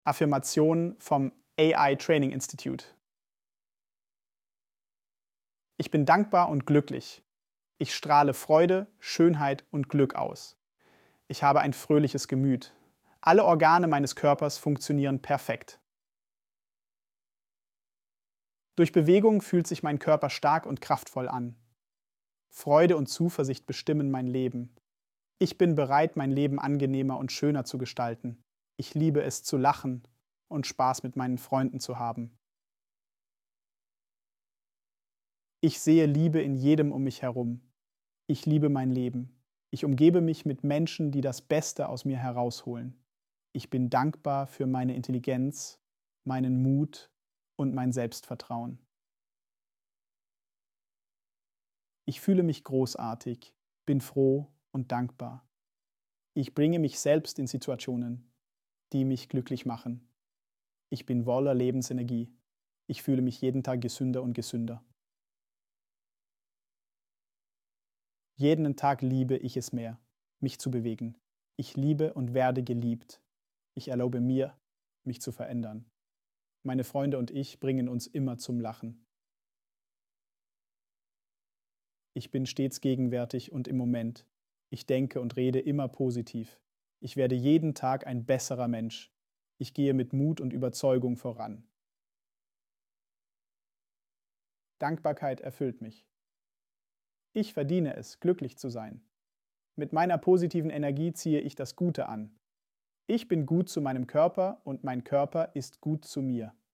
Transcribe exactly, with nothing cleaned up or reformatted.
Affirmationen vom A I Training Institute. Ich bin dankbar und glücklich. Ich strahle Freude, Schönheit und Glück aus. Ich habe ein fröhliches Gemüt. Alle Organe meines Körpers funktionieren perfekt. Durch Bewegung fühlt sich mein Körper stark und kraftvoll an. Freude und Zuversicht bestimmen mein Leben. Ich bin bereit, mein Leben angenehmer und schöner zu gestalten. Ich liebe es zu lachen und Spaß mit meinen Freunden zu haben. Ich sehe Liebe in jedem um mich herum. Ich liebe mein Leben. Ich umgebe mich mit Menschen, die das Beste aus mir herausholen. Ich bin dankbar für meine Intelligenz, meinen Mut und mein Selbstvertrauen. Ich fühle mich großartig, bin froh und dankbar. Ich bringe mich selbst in Situationen, die mich glücklich machen. Ich bin voller Lebensenergie. Ich fühle mich jeden Tag gesünder und gesünder. Jeden Tag liebe ich es mehr, mich zu bewegen. Ich liebe und werde geliebt. Ich erlaube mir, mich zu verändern. Meine Freunde und ich bringen uns immer zum Lachen. Ich bin stets gegenwärtig und im Moment. Ich denke und rede immer positiv. Ich werde jeden Tag ein besserer Mensch. Ich gehe mit Mut und Überzeugung voran. Dankbarkeit erfüllt mich. Ich verdiene es, glücklich zu sein. Mit meiner positiven Energie ziehe ich das Gute an. Ich bin gut zu meinem Körper und mein Körper ist gut zu mir.